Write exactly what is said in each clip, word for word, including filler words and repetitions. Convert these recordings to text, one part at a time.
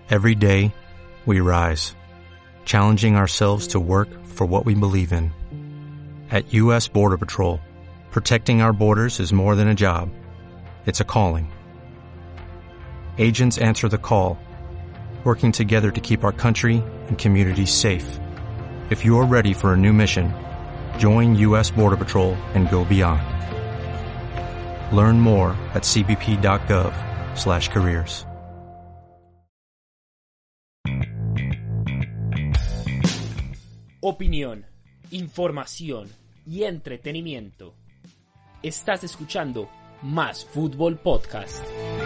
Every day, we rise, challenging ourselves to work for what we believe in. At U S Border Patrol, protecting our borders is more than a job. It's a calling. Agents answer the call, working together to keep our country and communities safe. If you're ready for a new mission, join U S Border Patrol and go beyond. Learn more at c b p dot gov slash careers. Opinión, información y entretenimiento. Estás escuchando Más Fútbol Podcast.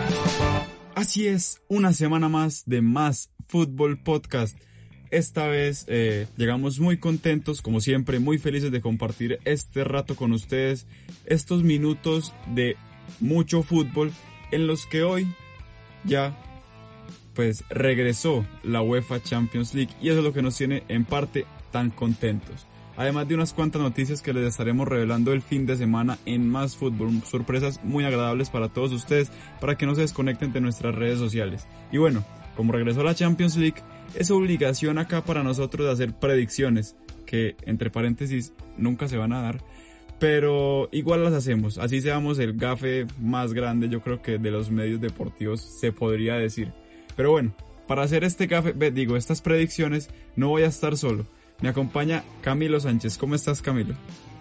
Así es, una semana más de Más Fútbol Podcast. Esta vez eh, llegamos muy contentos, como siempre, muy felices de compartir este rato con ustedes, estos minutos de mucho fútbol en los que hoy ya pues regresó la UEFA Champions League y eso es lo que nos tiene en parte tan contentos. Además de unas cuantas noticias que les estaremos revelando el fin de semana en Más Fútbol, sorpresas muy agradables para todos ustedes, para que no se desconecten de nuestras redes sociales. Y bueno, como regresó la Champions League, es obligación acá para nosotros de hacer predicciones, que entre paréntesis nunca se van a dar, pero igual las hacemos, así seamos el gafe más grande, yo creo que de los medios deportivos se podría decir. Pero bueno, para hacer este gafe, digo, estas predicciones, no voy a estar solo. Me acompaña Camilo Sánchez. ¿Cómo estás, Camilo?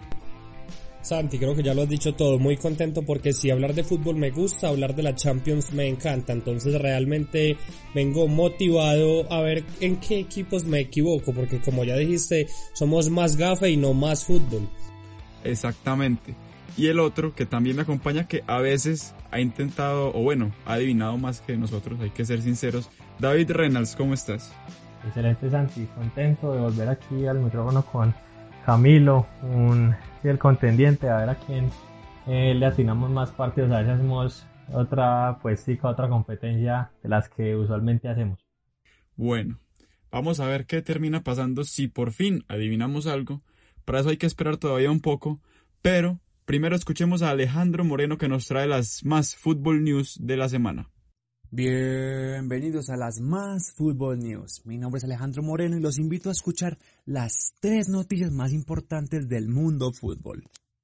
Santi, creo que ya lo has dicho todo, muy contento porque si hablar de fútbol me gusta, hablar de la Champions me encanta, entonces realmente vengo motivado a ver en qué equipos me equivoco, porque como ya dijiste, somos más gafe y no más fútbol. Exactamente. Y el otro que también me acompaña, que a veces ha intentado, o bueno, ha adivinado más que nosotros, hay que ser sinceros. David Reynolds, ¿cómo estás? Excelente, Santi, contento de volver aquí al micrófono con Camilo, un fiel contendiente, a ver a quién eh, le atinamos más partidos, a ver si hacemos otra puestica, otra competencia de las que usualmente hacemos. Bueno, vamos a ver qué termina pasando si por fin adivinamos algo. Para eso hay que esperar todavía un poco, pero primero escuchemos a Alejandro Moreno que nos trae las más fútbol news de la semana. Bienvenidos a las Más Fútbol News. Mi nombre es Alejandro Moreno y los invito a escuchar las tres noticias más importantes del mundo fútbol.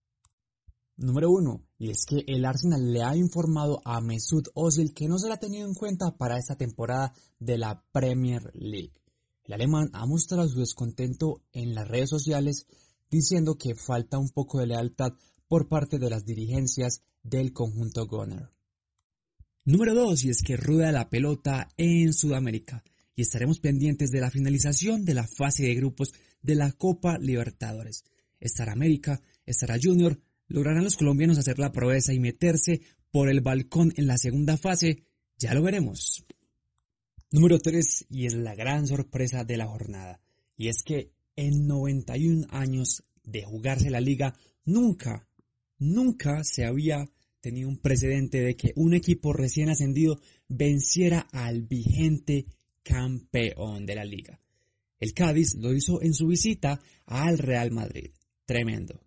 Número uno, y es que el Arsenal le ha informado a Mesut Özil que no se le ha tenido en cuenta para esta temporada de la Premier League. El alemán ha mostrado su descontento en las redes sociales diciendo que falta un poco de lealtad por parte de las dirigencias del conjunto Gunner. Número dos, y es que rueda la pelota en Sudamérica y estaremos pendientes de la finalización de la fase de grupos de la Copa Libertadores. Estará América, estará Junior, ¿lograrán los colombianos hacer la proeza y meterse por el balcón en la segunda fase? Ya lo veremos. Número tres, y es la gran sorpresa de la jornada, y es que en noventa y un años de jugarse la liga, nunca, nunca se había tenía un precedente de que un equipo recién ascendido venciera al vigente campeón de la liga. El Cádiz lo hizo en su visita al Real Madrid. Tremendo.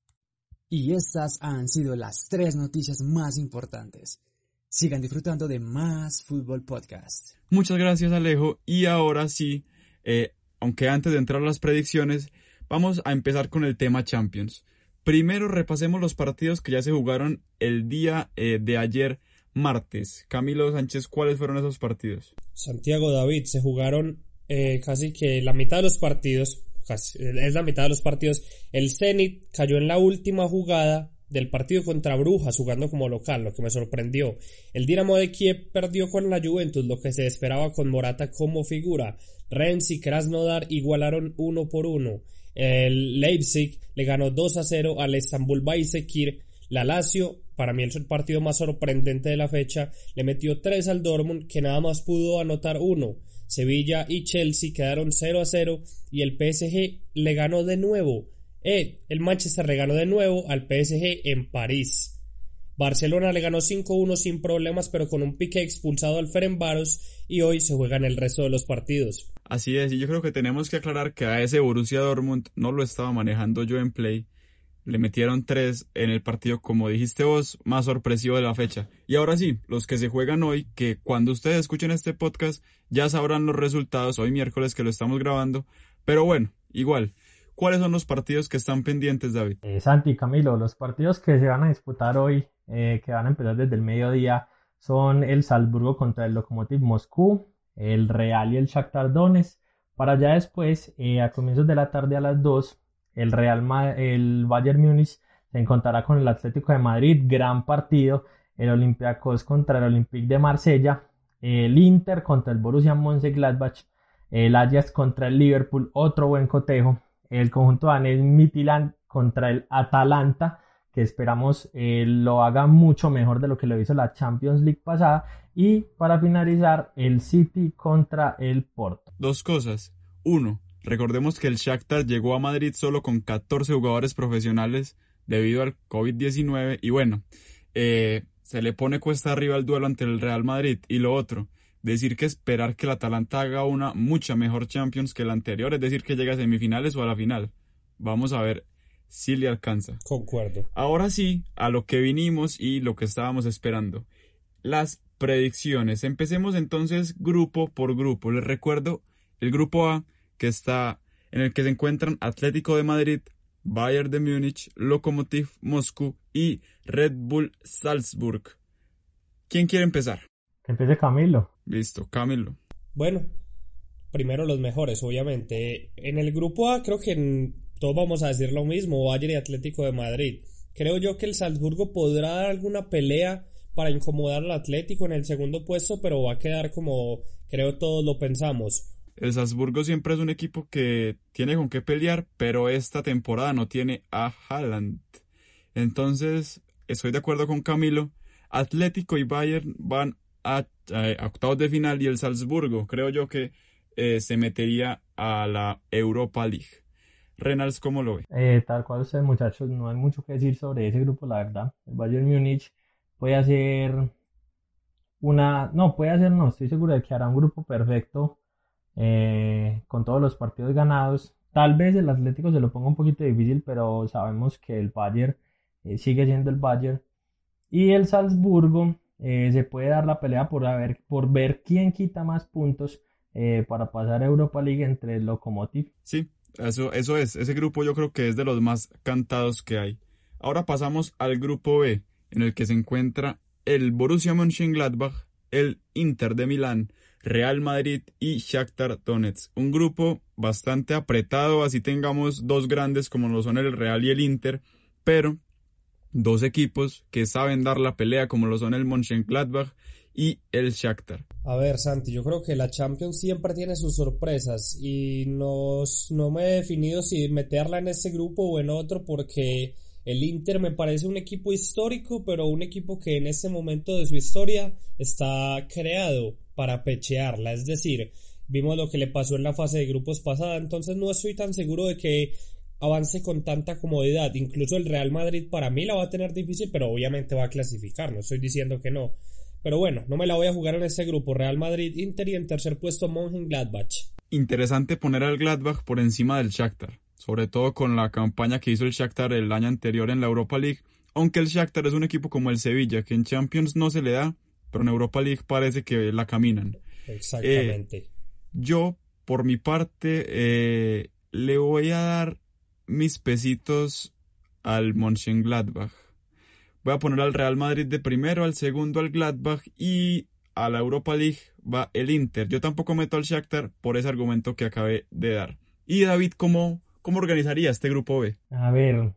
Y estas han sido las tres noticias más importantes. Sigan disfrutando de Más Fútbol Podcast. Muchas gracias, Alejo. Y ahora sí, eh, aunque antes de entrar a las predicciones, vamos a empezar con el tema Champions. Primero repasemos los partidos que ya se jugaron el día eh, de ayer martes. Camilo Sánchez, ¿cuáles fueron esos partidos? Santiago, David, se jugaron eh, casi que la mitad de los partidos, casi, es la mitad de los partidos. El Zenit cayó en la última jugada del partido contra Brujas jugando como local, lo que me sorprendió. El Dinamo de Kiev perdió con la Juventus, lo que se esperaba con Morata como figura. Rennes y Krasnodar igualaron uno por uno. El Leipzig le ganó dos a cero al Istanbul Basaksehir. La Lazio, para mí el partido más sorprendente de la fecha, le metió tres al Dortmund, que nada más pudo anotar uno. Sevilla y Chelsea quedaron cero a cero y el P S G le ganó de nuevo. Eh, el Manchester le ganó de nuevo al P S G en París. Barcelona le ganó cinco a uno sin problemas, pero con un Piqué expulsado al Ferencváros, y hoy se juegan el resto de los partidos. Así es, y yo creo que tenemos que aclarar que a ese Borussia Dortmund no lo estaba manejando yo en Play. le metieron tres en el partido, como dijiste vos, más sorpresivo de la fecha. Y ahora sí, los que se juegan hoy, que cuando ustedes escuchen este podcast ya sabrán los resultados, hoy miércoles que lo estamos grabando, pero bueno, igual, ¿cuáles son los partidos que están pendientes, David? Eh, Santi, Camilo, los partidos que se van a disputar hoy, eh, que van a empezar desde el mediodía, son el Salzburgo contra el Lokomotiv Moscú, el Real y el Shakhtar Donetsk. Para ya después, eh, a comienzos de la tarde a las dos, el Real Ma- el Bayern Múnich se encontrará con el Atlético de Madrid, gran partido. El Olympiacos contra el Olympique de Marsella, el Inter contra el Borussia Mönchengladbach, el Ajax contra el Liverpool, otro buen cotejo. El conjunto danés Midtjylland contra el Atalanta, que esperamos eh, lo haga mucho mejor de lo que lo hizo la Champions League pasada. Y para finalizar, el City contra el Porto. Dos cosas. Uno, recordemos que el Shakhtar llegó a Madrid solo con catorce jugadores profesionales debido al covid diecinueve y bueno, eh, se le pone cuesta arriba el duelo ante el Real Madrid. Y lo otro, decir que esperar que el Atalanta haga una mucha mejor Champions que la anterior, es decir, que llegue a semifinales o a la final. Vamos a ver si le alcanza. Concuerdo. Ahora sí, a lo que vinimos y lo que estábamos esperando. Las predicciones. Empecemos entonces grupo por grupo. Les recuerdo el grupo A, que está en el que se encuentran Atlético de Madrid, Bayern de Múnich, Lokomotiv Moscú y Red Bull Salzburg. ¿Quién quiere empezar? Que empiece Camilo. Listo, Camilo. Bueno, primero los mejores, obviamente. En el grupo A creo que en, todos vamos a decir lo mismo, Bayern y Atlético de Madrid. Creo yo que el Salzburgo podrá dar alguna pelea para incomodar al Atlético en el segundo puesto, pero va a quedar como creo todos lo pensamos. El Salzburgo siempre es un equipo que tiene con qué pelear, pero esta temporada no tiene a Haaland. Entonces, estoy de acuerdo con Camilo. Atlético y Bayern van a, a, a octavos de final y el Salzburgo, creo yo que eh, se metería a la Europa League. Renals, ¿cómo lo ve? Eh, tal cual ustedes, muchachos, no hay mucho que decir sobre ese grupo, la verdad. El Bayern Múnich puede hacer una... No, puede hacer, no, estoy seguro de que hará un grupo perfecto eh, con todos los partidos ganados. Tal vez el Atlético se lo ponga un poquito difícil, pero sabemos que el Bayern eh, sigue siendo el Bayern. Y el Salzburgo eh, se puede dar la pelea por, haber, por ver quién quita más puntos eh, para pasar a Europa League entre el Lokomotiv. Sí, eso, eso es. Ese grupo yo creo que es de los más cantados que hay. Ahora pasamos al grupo B, en el que se encuentra el Borussia Mönchengladbach, el Inter de Milán, Real Madrid y Shakhtar Donetsk. Un grupo bastante apretado, así tengamos dos grandes como lo son el Real y el Inter, pero dos equipos que saben dar la pelea como lo son el Mönchengladbach y el Shakhtar. A ver, Santi, yo creo que la Champions siempre tiene sus sorpresas y nos, no me he definido si meterla en este grupo o en otro porque el Inter me parece un equipo histórico, pero un equipo que en este momento de su historia está creado para pechearla, es decir, vimos lo que le pasó en la fase de grupos pasada, entonces no estoy tan seguro de que avance con tanta comodidad. Incluso el Real Madrid para mí la va a tener difícil, pero obviamente va a clasificar, no estoy diciendo que no. Pero bueno, no me la voy a jugar en ese grupo. Real Madrid, Inter y en tercer puesto Mönchengladbach. Interesante poner al Gladbach por encima del Shakhtar, sobre todo con la campaña que hizo el Shakhtar el año anterior en la Europa League, aunque el Shakhtar es un equipo como el Sevilla, que en Champions no se le da, pero en Europa League parece que la caminan. Exactamente. Eh, yo, por mi parte, eh, le voy a dar mis pesitos al Mönchengladbach. Voy a poner al Real Madrid de primero, al segundo al Gladbach y a la Europa League va el Inter. Yo tampoco meto al Shakhtar por ese argumento que acabé de dar. Y David, ¿cómo, cómo organizaría este grupo B? A ver,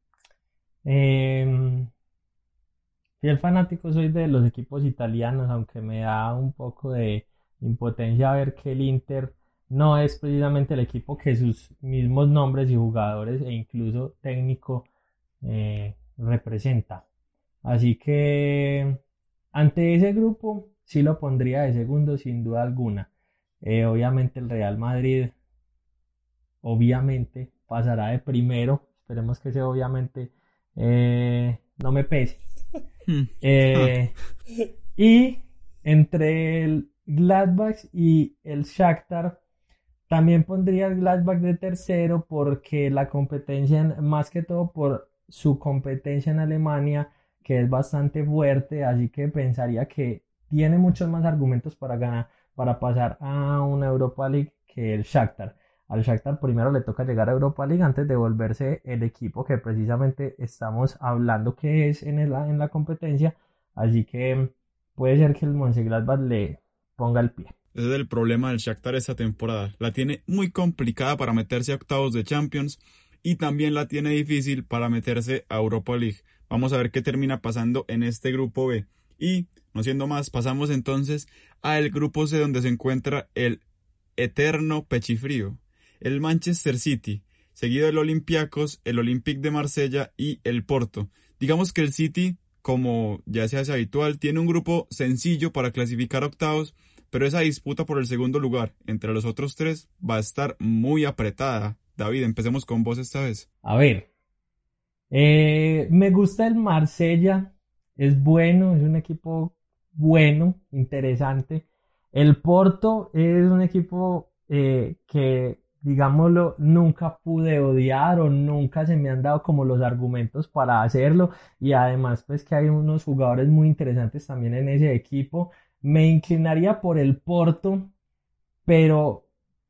eh, fiel fanático soy de los equipos italianos, aunque me da un poco de impotencia ver que el Inter no es precisamente el equipo que sus mismos nombres y jugadores e incluso técnico eh, representa. Así que ante ese grupo sí lo pondría de segundo sin duda alguna. Eh, obviamente el Real Madrid obviamente pasará de primero. Esperemos que ese obviamente eh, no me pese. eh, y entre el Gladbach y el Shakhtar también pondría el Gladbach de tercero porque la competencia, más que todo por su competencia en Alemania, que es bastante fuerte, así que pensaría que tiene muchos más argumentos para ganar, para pasar a una Europa League que el Shakhtar. Al Shakhtar primero le toca llegar a Europa League antes de volverse el equipo que precisamente estamos hablando que es en, el, en la competencia, así que puede ser que el Mönchengladbach le ponga el pie. Ese es el problema del Shakhtar esta temporada. La tiene muy complicada para meterse a octavos de Champions y también la tiene difícil para meterse a Europa League. Vamos a ver qué termina pasando en este grupo B. Y, no siendo más, pasamos entonces al grupo C, donde se encuentra el eterno pechifrío, el Manchester City, seguido del Olympiacos, el Olympique de Marsella y el Porto. Digamos que el City, como ya se hace habitual, tiene un grupo sencillo para clasificar a octavos, pero esa disputa por el segundo lugar entre los otros tres va a estar muy apretada. David, empecemos con vos esta vez. A ver, eh, me gusta el Marsella, es bueno, es un equipo bueno, interesante. El Porto es un equipo eh, que, digámoslo, nunca pude odiar o nunca se me han dado como los argumentos para hacerlo, y además pues que hay unos jugadores muy interesantes también en ese equipo. Me inclinaría por el Porto, pero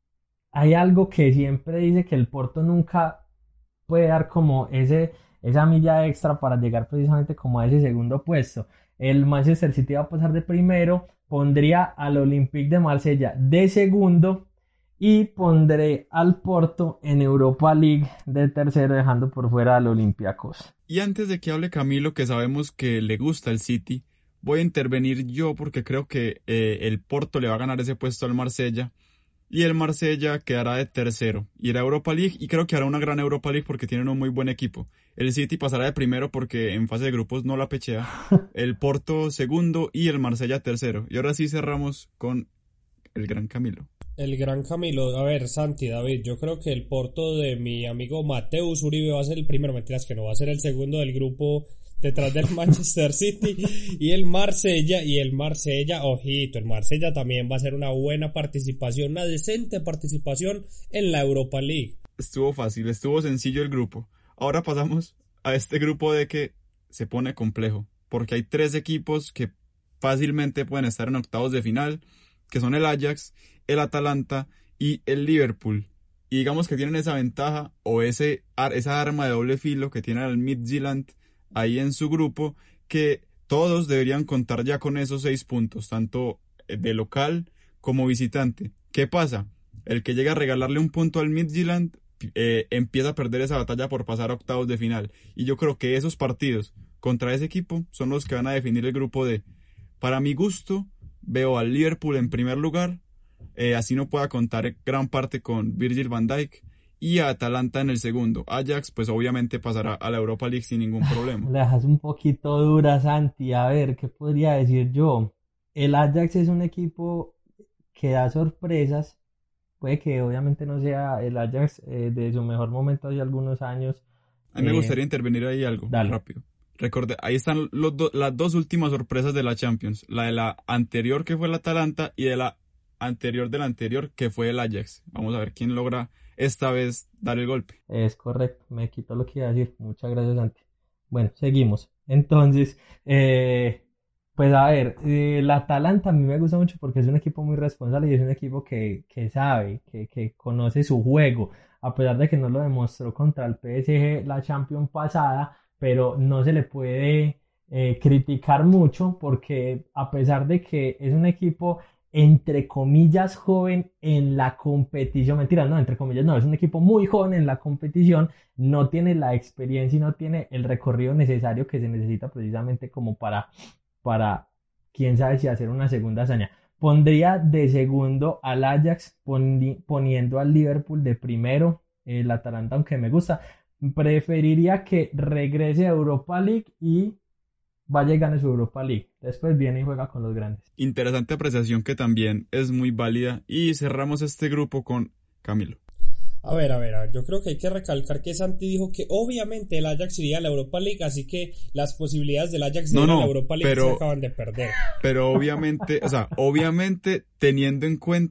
hay algo que siempre dice que el Porto nunca puede dar como ese, esa milla extra para llegar precisamente como a ese segundo puesto. El Manchester City va a pasar de primero, pondría al Olympique de Marsella de segundo y pondré al Porto en Europa League de tercero, dejando por fuera al Olympiacos. Y antes de que hable Camilo, que sabemos que le gusta el City, voy a intervenir yo porque creo que eh, el Porto le va a ganar ese puesto al Marsella y el Marsella quedará de tercero, irá a Europa League y creo que hará una gran Europa League porque tienen un muy buen equipo. El City pasará de primero porque en fase de grupos no la pechea, el Porto segundo y el Marsella tercero. Y ahora sí cerramos con el gran Camilo. El gran Camilo, a ver, Santi, David, yo creo que el Porto de mi amigo Mateus Uribe va a ser el primero, mentiras que no, va a ser el segundo del grupo detrás del Manchester City y el Marsella, y el Marsella, ojito, el Marsella también va a ser una buena participación, una decente participación en la Europa League. Estuvo fácil, estuvo sencillo el grupo. Ahora pasamos a este grupo de que se pone complejo, porque hay tres equipos que fácilmente pueden estar en octavos de final, que son el Ajax, el Atalanta y el Liverpool. Y digamos que tienen esa ventaja o ese esa arma de doble filo que tiene el Midtjylland ahí en su grupo, que todos deberían contar ya con esos seis puntos, tanto de local como visitante. ¿Qué pasa? El que llega a regalarle un punto al Midtjylland eh, empieza a perder esa batalla por pasar a octavos de final. Y yo creo que esos partidos contra ese equipo son los que van a definir el grupo D. Para mi gusto, veo al Liverpool en primer lugar, eh, así no pueda contar gran parte con Virgil van Dijk, y a Atalanta en el segundo. Ajax pues obviamente pasará a la Europa League sin ningún problema. La dejas un poquito dura, Santi. A ver, ¿qué podría decir yo? El Ajax es un equipo que da sorpresas. Puede que obviamente no sea el Ajax eh, de su mejor momento hace algunos años. A mí me eh, gustaría intervenir ahí algo, dale. rápido. Recordé, ahí están los do, las dos últimas sorpresas de la Champions. La de la anterior que fue el Atalanta y de la anterior de la anterior que fue el Ajax. Vamos a ver quién logra esta vez dar el golpe. Es correcto, me quito lo que iba a decir. Muchas gracias, Santi. Bueno, seguimos. Entonces, eh, pues a ver, eh, el Atalanta a mí me gusta mucho porque es un equipo muy responsable y es un equipo que, que sabe, que, que conoce su juego. A pesar de que no lo demostró contra el P S G la Champions pasada, pero no se le puede eh, criticar mucho porque a pesar de que es un equipo entre comillas joven en la competición, mentira, no, entre comillas no, es un equipo muy joven en la competición, no tiene la experiencia y no tiene el recorrido necesario que se necesita precisamente como para, para quién sabe si hacer una segunda hazaña. Pondría de segundo al Ajax, poni- poniendo al Liverpool de primero, el Atalanta aunque me gusta, preferiría que regrese a Europa League y vaya y gane su Europa League. Después viene y juega con los grandes. Interesante apreciación que también es muy válida. Y cerramos este grupo con Camilo. A ver, a ver, a ver, yo creo que hay que recalcar que Santi dijo que obviamente el Ajax iría a la Europa League, así que las posibilidades del Ajax de no, ir no, a la Europa League pero, se acaban de perder. Pero obviamente, o sea, obviamente teniendo en cuenta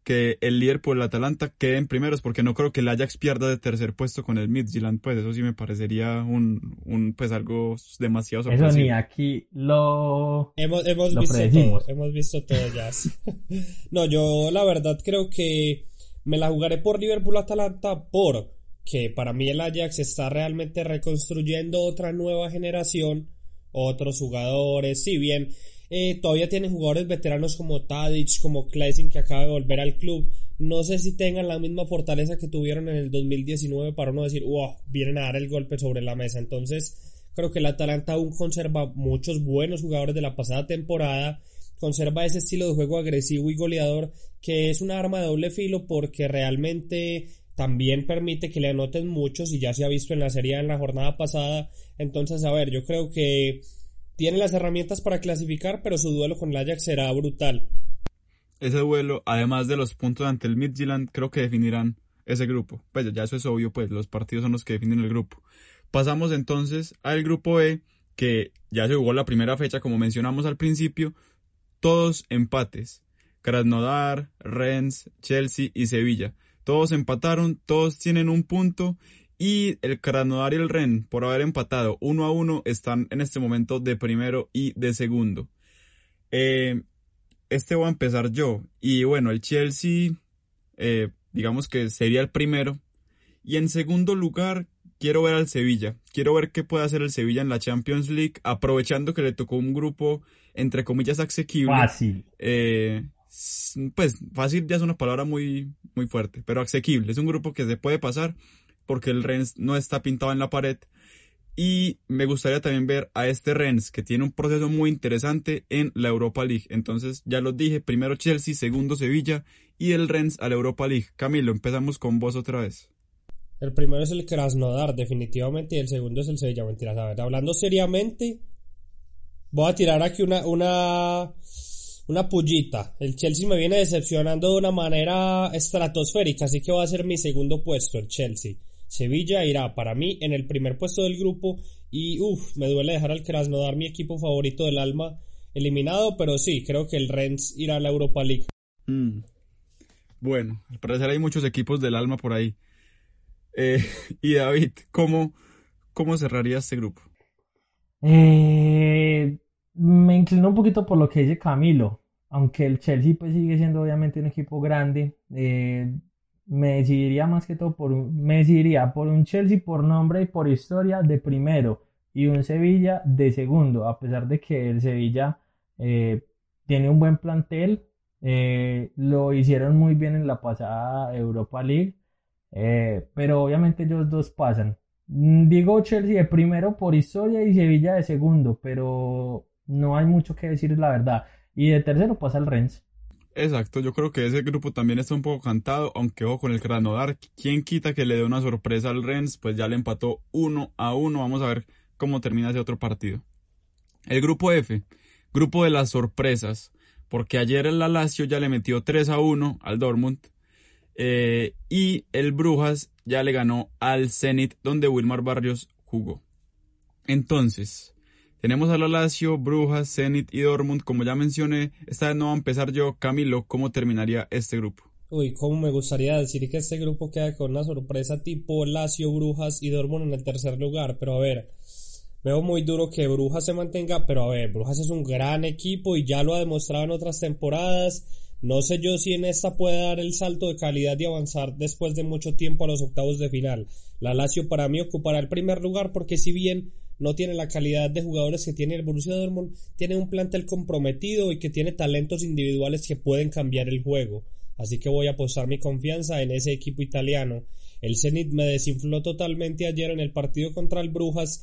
que el Liverpool, el Atalanta queden primeros, porque no creo que el Ajax pierda de tercer puesto con el Midtjylland, pues eso sí me parecería un, un pues algo demasiado sorpresivo. Eso ni aquí lo, hemos, hemos lo visto predecimos. todo, hemos visto todo ya. No, yo la verdad creo que me la jugaré por Liverpool-Atalanta porque para mí el Ajax está realmente reconstruyendo otra nueva generación, otros jugadores, si bien eh, todavía tienen jugadores veteranos como Tadic, como Klaassen, que acaba de volver al club, no sé si tengan la misma fortaleza que tuvieron en el dos mil diecinueve para no decir, wow, vienen a dar el golpe sobre la mesa. Entonces creo que el Atalanta aún conserva muchos buenos jugadores de la pasada temporada, conserva ese estilo de juego agresivo y goleador que es un arma de doble filo porque realmente también permite que le anoten muchos y ya se ha visto en la serie en la jornada pasada. Entonces, a ver, yo creo que tiene las herramientas para clasificar, pero su duelo con el Ajax será brutal. Ese duelo, además de los puntos ante el Midtjylland, creo que definirán ese grupo. Pues ya eso es obvio, pues los partidos son los que definen el grupo. Pasamos entonces al grupo E, que ya se jugó la primera fecha, como mencionamos al principio, todos empates. Krasnodar, Rennes, Chelsea y Sevilla. Todos empataron, todos tienen un punto y el Krasnodar y el Rennes, por haber empatado uno a uno, están en este momento de primero y de segundo. Eh, este voy a empezar yo. Y bueno, el Chelsea, eh, digamos que sería el primero. Y en segundo lugar, quiero ver al Sevilla. Quiero ver qué puede hacer el Sevilla en la Champions League, aprovechando que le tocó un grupo, entre comillas, asequible. Fácil. Eh, pues fácil ya es una palabra muy, muy fuerte, pero asequible. Es un grupo que se puede pasar porque el Rennes no está pintado en la pared. Y me gustaría también ver a este Rennes, que tiene un proceso muy interesante en la Europa League. Entonces, ya los dije, primero Chelsea, segundo Sevilla y el Rennes a la Europa League. Camilo, empezamos con vos otra vez. El primero es el Krasnodar, definitivamente, y el segundo es el Sevilla. Mentiras, a ver, hablando seriamente, voy a tirar aquí una, una, una pullita. El Chelsea me viene decepcionando de una manera estratosférica, así que va a ser mi segundo puesto, el Chelsea. Sevilla irá para mí en el primer puesto del grupo y uff, me duele dejar al Krasnodar, mi equipo favorito del alma, eliminado, pero sí, creo que el Rennes irá a la Europa League. Mm. Bueno, al parecer hay muchos equipos del alma por ahí. Eh, y David, ¿cómo, cómo cerraría este grupo? Eh, me inclino un poquito por lo que dice Camilo, aunque el Chelsea pues sigue siendo obviamente un equipo grande. Eh, me decidiría más que todo por un, me decidiría por un Chelsea por nombre y por historia de primero y un Sevilla de segundo, a pesar de que el Sevilla eh, tiene un buen plantel, eh, lo hicieron muy bien en la pasada Europa League, eh, pero obviamente ellos dos pasan. Digo Chelsea de primero por historia y Sevilla de segundo, pero no hay mucho que decir la verdad. Y de tercero pasa el Rennes. Exacto, yo creo que ese grupo también está un poco cantado, aunque ojo con el Krasnodar, ¿quién quita que le dé una sorpresa al Rennes? Pues ya le empató uno a uno, vamos a ver cómo termina ese otro partido. El grupo F, grupo de las sorpresas, porque ayer el Lazio ya le metió tres a uno al Dortmund, eh, y el Brujas ya le ganó al Zenit, donde Wilmar Barrios jugó. Entonces, tenemos a la Lazio, Brujas, Zenit y Dortmund. Como ya mencioné, esta vez no va a empezar yo. Camilo, ¿cómo terminaría este grupo? Uy, cómo me gustaría decir que este grupo queda con una sorpresa tipo Lazio, Brujas y Dortmund en el tercer lugar, pero a ver, veo muy duro que Brujas se mantenga, pero a ver, Brujas es un gran equipo y ya lo ha demostrado en otras temporadas. No sé yo si en esta puede dar el salto de calidad y avanzar después de mucho tiempo a los octavos de final. La Lazio para mí ocupará el primer lugar porque si bien no tiene la calidad de jugadores que tiene el Borussia Dortmund, tiene un plantel comprometido y que tiene talentos individuales que pueden cambiar el juego. Así que voy a apostar mi confianza en ese equipo italiano. El Zenit me desinfló totalmente ayer en el partido contra el Brujas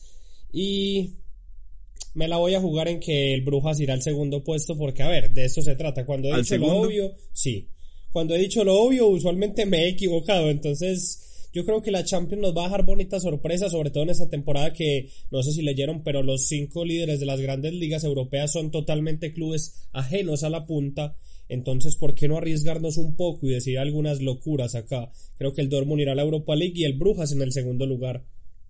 y me la voy a jugar en que el Brujas irá al segundo puesto porque, a ver, de esto se trata. Cuando he dicho lo obvio, sí. Cuando he dicho lo obvio, usualmente me he equivocado. Entonces, yo creo que la Champions nos va a dejar bonitas sorpresas, sobre todo en esta temporada que, no sé si leyeron, pero los cinco líderes de las grandes ligas europeas son totalmente clubes ajenos a la punta. Entonces, ¿por qué no arriesgarnos un poco y decir algunas locuras acá? Creo que el Dortmund irá a la Europa League y el Brujas en el segundo lugar.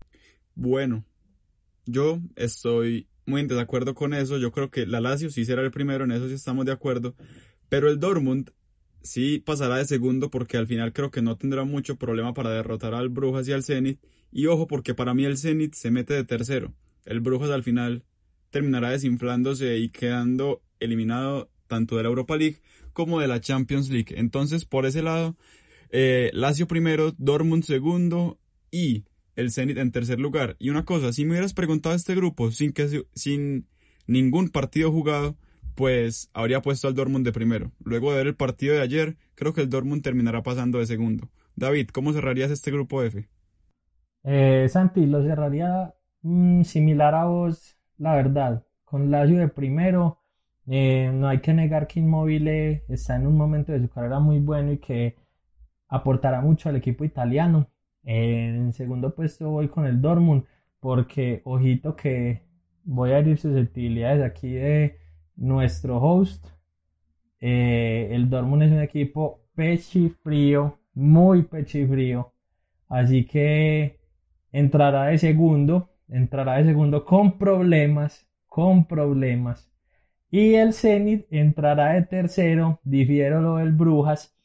Bueno, yo estoy muy en desacuerdo con eso. Yo creo que la Lazio sí será el primero, en eso sí estamos de acuerdo. Pero el Dortmund sí pasará de segundo porque al final creo que no tendrá mucho problema para derrotar al Brujas y al Zenit. Y ojo, porque para mí el Zenit se mete de tercero. El Brujas al final terminará desinflándose y quedando eliminado tanto de la Europa League como de la Champions League. Entonces, por ese lado, eh, Lazio primero, Dortmund segundo y el Zenit en tercer lugar. Y una cosa, si me hubieras preguntado este grupo sin que sin ningún partido jugado, pues habría puesto al Dortmund de primero. Luego de ver el partido de ayer, creo que el Dortmund terminará pasando de segundo. David, ¿cómo cerrarías este grupo F? Eh, Santi, lo cerraría mm, similar a vos, la verdad. Con Lazio de primero, eh, no hay que negar que Immobile está en un momento de su carrera muy bueno y que aportará mucho al equipo italiano. Eh, en segundo puesto voy con el Dortmund, porque ojito que voy a herir susceptibilidades aquí de nuestro host. Eh, el Dortmund es un equipo pechifrío, muy pechifrío, así que entrará de segundo, entrará de segundo con problemas, con problemas. Y el Zenit entrará de tercero, difiero lo del Brujas,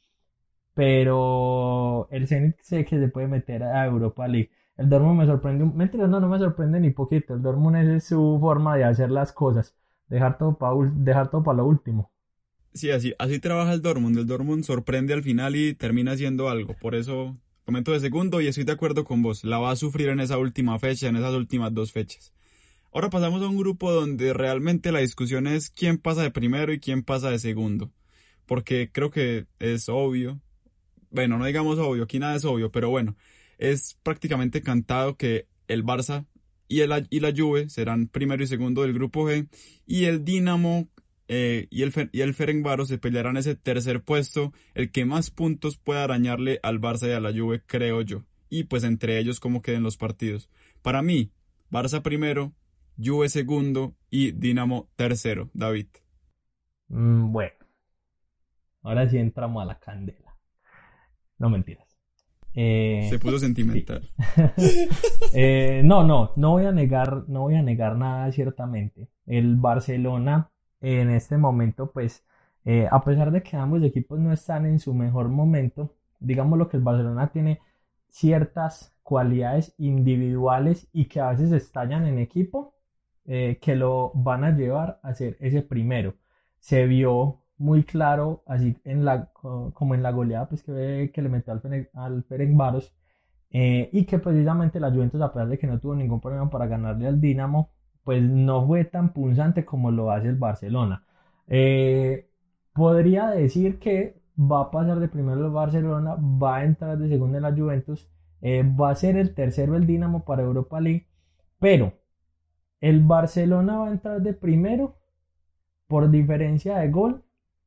pero el Zenit sé que se puede meter a Europa League. El Dortmund me sorprende, un- mentira, no, no me sorprende ni poquito. El Dortmund es su forma de hacer las cosas, dejar todo para dejar todo para lo último. Sí, así, así trabaja el Dortmund. El Dortmund sorprende al final y termina haciendo algo. Por eso comento de segundo y estoy de acuerdo con vos. La va a sufrir en esa última fecha, en esas últimas dos fechas. Ahora pasamos a un grupo donde realmente la discusión es quién pasa de primero y quién pasa de segundo. Porque creo que es obvio. Bueno, no digamos obvio, aquí nada es obvio, pero bueno, es prácticamente cantado que el Barça y, el, y la Juve serán primero y segundo del grupo G y el Dinamo eh, y, el, Fe- y el Ferencváros se pelearán ese tercer puesto, el que más puntos pueda arañarle al Barça y a la Juve, creo yo. Y pues entre ellos cómo queden los partidos. Para mí, Barça primero, Juve segundo y Dinamo tercero. David. Mm, bueno, ahora sí entramos a la candela. No mentiras. Eh, Se puso sí. sentimental. Eh, no, no, no voy a negar, no voy a negar nada, ciertamente. El Barcelona en este momento, pues, eh, a pesar de que ambos equipos no están en su mejor momento, digamos lo que el Barcelona tiene ciertas cualidades individuales y que a veces estallan en equipo, eh, que lo van a llevar a ser ese primero. Se vio muy claro, así en la, co- como en la goleada pues, que, que le metió al, Fene- al Ferencváros, eh, y que precisamente la Juventus, a pesar de que no tuvo ningún problema para ganarle al Dinamo, pues no fue tan punzante como lo hace el Barcelona. Eh, Podría decir que va a pasar de primero el Barcelona, va a entrar de segundo en la Juventus, eh, va a ser el tercero el Dinamo para Europa League, pero el Barcelona va a entrar de primero por diferencia de gol,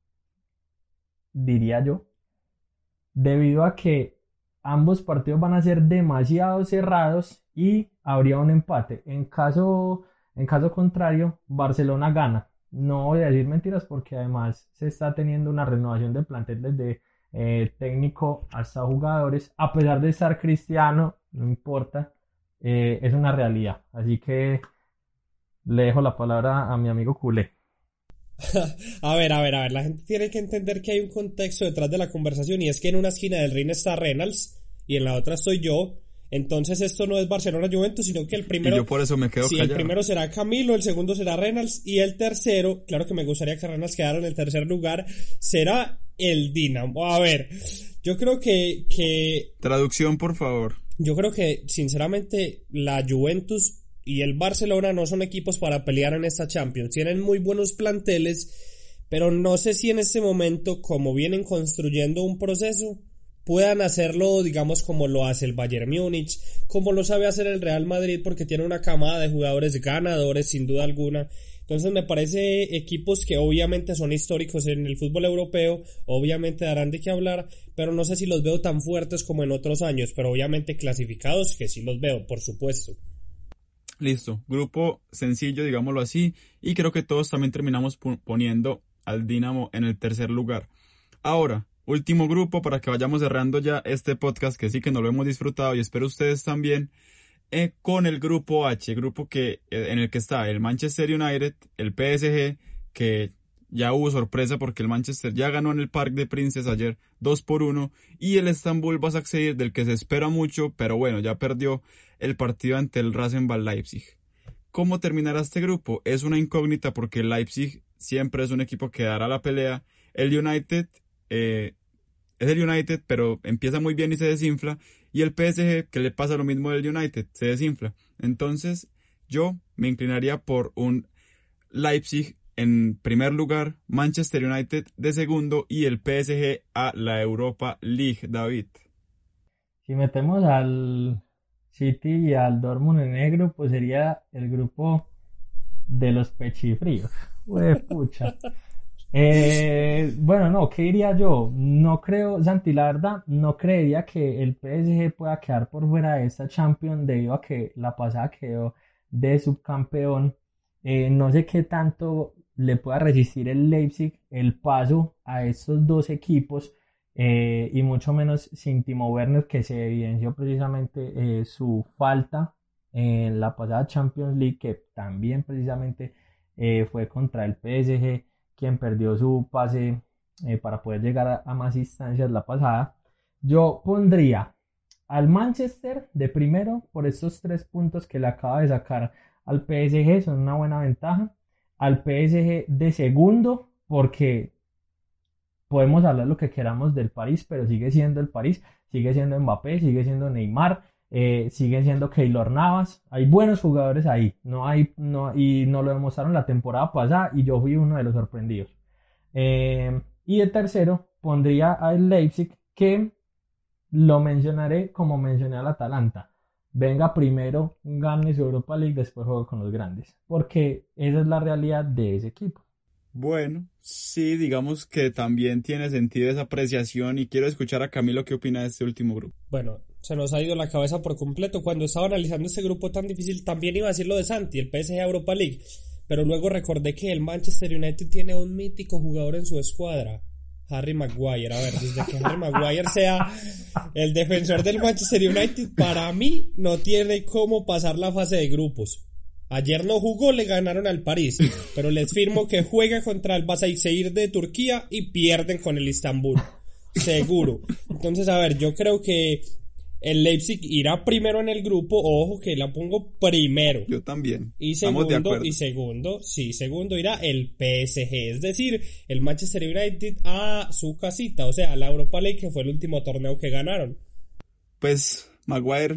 diría yo, debido a que ambos partidos van a ser demasiado cerrados y habría un empate. En caso, en caso contrario, Barcelona gana. No voy a decir mentiras porque además se está teniendo una renovación de plantel desde eh, técnico hasta jugadores. A pesar de estar Cristiano, no importa, eh, es una realidad. Así que le dejo la palabra a mi amigo culé. A ver, a ver, a ver, la gente tiene que entender que hay un contexto detrás de la conversación y es que en una esquina del ring está Reynolds y en la otra estoy yo. Entonces esto no es Barcelona-Juventus, sino que el primero... Y yo por eso me quedo sí, callado. el primero será Camilo, el segundo será Reynolds y el tercero, claro que me gustaría que Reynolds quedara en el tercer lugar, será el Dinamo. A ver, yo creo que... que Traducción, por favor. yo creo que, sinceramente, la Juventus y el Barcelona no son equipos para pelear en esta Champions. Tienen muy buenos planteles, pero no sé si en este momento, como vienen construyendo un proceso, puedan hacerlo, digamos, como lo hace el Bayern Múnich, como lo sabe hacer el Real Madrid, porque tiene una camada de jugadores ganadores, sin duda alguna. Entonces me parece equipos que obviamente son históricos en el fútbol europeo, obviamente darán de qué hablar, pero no sé si los veo tan fuertes como en otros años, pero obviamente clasificados, que sí los veo, por supuesto. Listo, grupo sencillo, digámoslo así, y creo que todos también terminamos poniendo al Dinamo en el tercer lugar. Ahora, último grupo para que vayamos cerrando ya este podcast, que sí que no lo hemos disfrutado y espero ustedes también, eh, con el grupo H, grupo que eh, en el que está el Manchester United, el P S G, que ya hubo sorpresa porque el Manchester ya ganó en el Parc des Princes ayer dos por uno y el Estambul Basaksehir, del que se espera mucho, pero bueno, ya perdió el partido ante el Rasenball Leipzig. ¿Cómo terminará este grupo? Es una incógnita porque el Leipzig siempre es un equipo que dará la pelea. El United eh, es el United, pero empieza muy bien y se desinfla. Y el P S G, que le pasa lo mismo del United, se desinfla. Entonces, yo me inclinaría por un Leipzig en primer lugar, Manchester United de segundo y el P S G a la Europa League, David. Si metemos al City y al Dortmund en negro, pues sería el grupo de los pechifríos. Uy, pucha. Eh, bueno, no, ¿qué diría yo? No creo, Santi, la verdad, no creería que el P S G pueda quedar por fuera de esta Champions debido a que la pasada quedó de subcampeón. Eh, no sé qué tanto le pueda resistir el Leipzig el paso a estos dos equipos. Eh, y mucho menos sin Timo Werner, que se evidenció precisamente eh, su falta en la pasada Champions League, que también precisamente eh, fue contra el P S G, quien perdió su pase eh, para poder llegar a, a más instancias la pasada. Yo pondría al Manchester de primero por estos tres puntos que le acaba de sacar al P S G, son una buena ventaja. Al P S G de segundo porque podemos hablar lo que queramos del París, pero sigue siendo el París, sigue siendo Mbappé, sigue siendo Neymar, eh, sigue siendo Keylor Navas. Hay buenos jugadores ahí, no hay, no, y nos lo demostraron la temporada pasada y yo fui uno de los sorprendidos. Eh, y de tercero pondría al Leipzig, que lo mencionaré como mencioné al Atalanta. Venga primero, gane su Europa League, después juega con los grandes, porque esa es la realidad de ese equipo. Bueno, sí, digamos que también tiene sentido esa apreciación y quiero escuchar a Camilo qué opina de este último grupo. Bueno, se nos ha ido la cabeza por completo. Cuando estaba analizando este grupo tan difícil, también iba a decir lo de Santi, el P S G Europa League, pero luego recordé que el Manchester United tiene un mítico jugador en su escuadra, Harry Maguire. A ver, desde que Harry Maguire sea el defensor del Manchester United, para mí no tiene cómo pasar la fase de grupos. Ayer no jugó, le ganaron al París, pero les firmo que juega contra el Basaksehir de Turquía y pierden con el Istambul, seguro. Entonces, a ver, yo creo que el Leipzig irá primero en el grupo, ojo que la pongo primero. Yo también. Y segundo, y segundo, sí, segundo irá el P S G, es decir, el Manchester United a su casita, o sea, la Europa League, que fue el último torneo que ganaron. Pues Maguire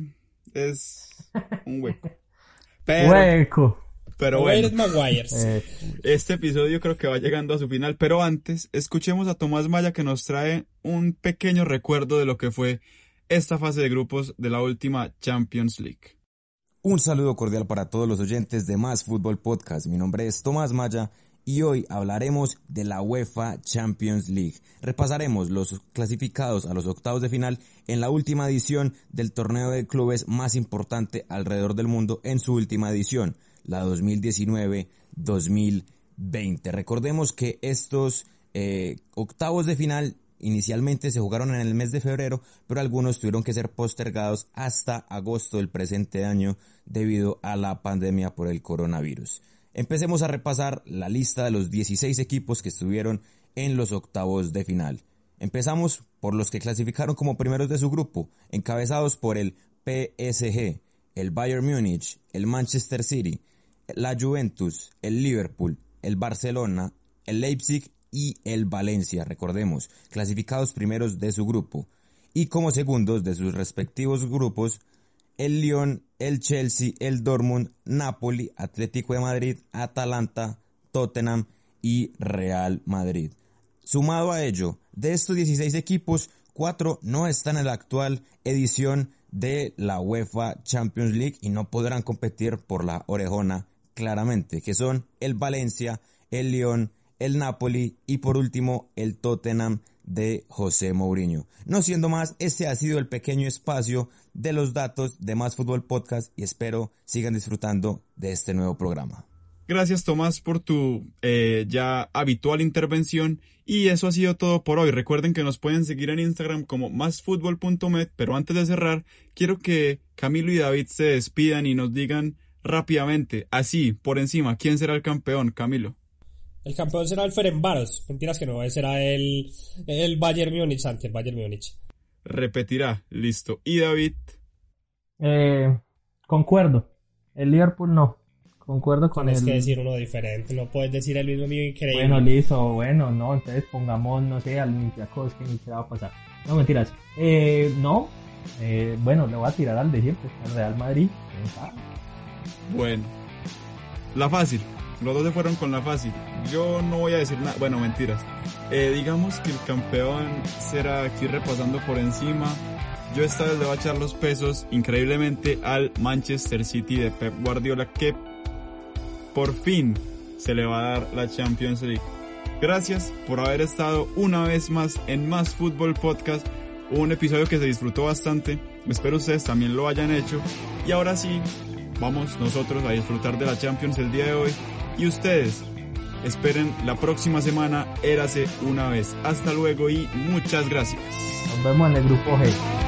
es un hueco. Pero, Hueco. Pero bueno, Maguire. Eh, este episodio creo que va llegando a su final, pero antes escuchemos a Tomás Maya, que nos trae un pequeño recuerdo de lo que fue esta fase de grupos de la última Champions League. Un saludo cordial para todos los oyentes de Más Fútbol Podcast. Mi nombre es Tomás Maya y hoy hablaremos de la UEFA Champions League. Repasaremos los clasificados a los octavos de final en la última edición del torneo de clubes más importante alrededor del mundo en su última edición, la dos mil diecinueve dos mil veinte. Recordemos que estos eh, octavos de final inicialmente se jugaron en el mes de febrero, pero algunos tuvieron que ser postergados hasta agosto del presente año debido a la pandemia por el coronavirus. Empecemos a repasar la lista de los dieciséis equipos que estuvieron en los octavos de final. Empezamos por los que clasificaron como primeros de su grupo, encabezados por el P S G, el Bayern Múnich, el Manchester City, la Juventus, el Liverpool, el Barcelona, el Leipzig y el Valencia, recordemos, clasificados primeros de su grupo. Y como segundos de sus respectivos grupos, el Lyon, el Chelsea, el Dortmund, Napoli, Atlético de Madrid, Atalanta, Tottenham y Real Madrid. Sumado a ello, de estos dieciséis equipos, cuatro no están en la actual edición de la UEFA Champions League y no podrán competir por la orejona claramente, que son el Valencia, el Lyon, el Napoli y por último el Tottenham de José Mourinho. No siendo más, este ha sido el pequeño espacio de los datos de Más Fútbol Podcast y espero sigan disfrutando de este nuevo programa. Gracias, Tomás, por tu eh, ya habitual intervención y eso ha sido todo por hoy. Recuerden que nos pueden seguir en Instagram como masfutbol punto met, pero antes de cerrar quiero que Camilo y David se despidan y nos digan rápidamente, así por encima, ¿quién será el campeón, Camilo? El campeón será el Ferencváros. Mentiras que no, ese será el, el Bayern Múnich, Santi, el Bayern Múnich. Repetirá, listo. ¿Y David? Eh, concuerdo. El Liverpool no. Concuerdo con Tienes el... que decir uno diferente, no puedes decir el mismo mío increíble. Bueno, listo, bueno, no, entonces pongamos, no sé, al Olympiacos, que ni qué va a pasar. No, mentiras. Eh, no, eh, bueno, le voy a tirar al de siempre, al Real Madrid. Bueno, la fácil. Los dos se fueron con la fácil. Yo no voy a decir nada. Bueno, mentiras. Eh, digamos que el campeón será, aquí repasando por encima, yo esta vez le voy a echar los pesos increíblemente al Manchester City de Pep Guardiola, que por fin se le va a dar la Champions League. Gracias por haber estado una vez más en Más Fútbol Podcast. Un episodio que se disfrutó bastante. Espero ustedes también lo hayan hecho. Y ahora sí, vamos nosotros a disfrutar de la Champions el día de hoy. Y ustedes esperen la próxima semana. Érase una vez. Hasta luego y muchas gracias. Nos vemos en el grupo G.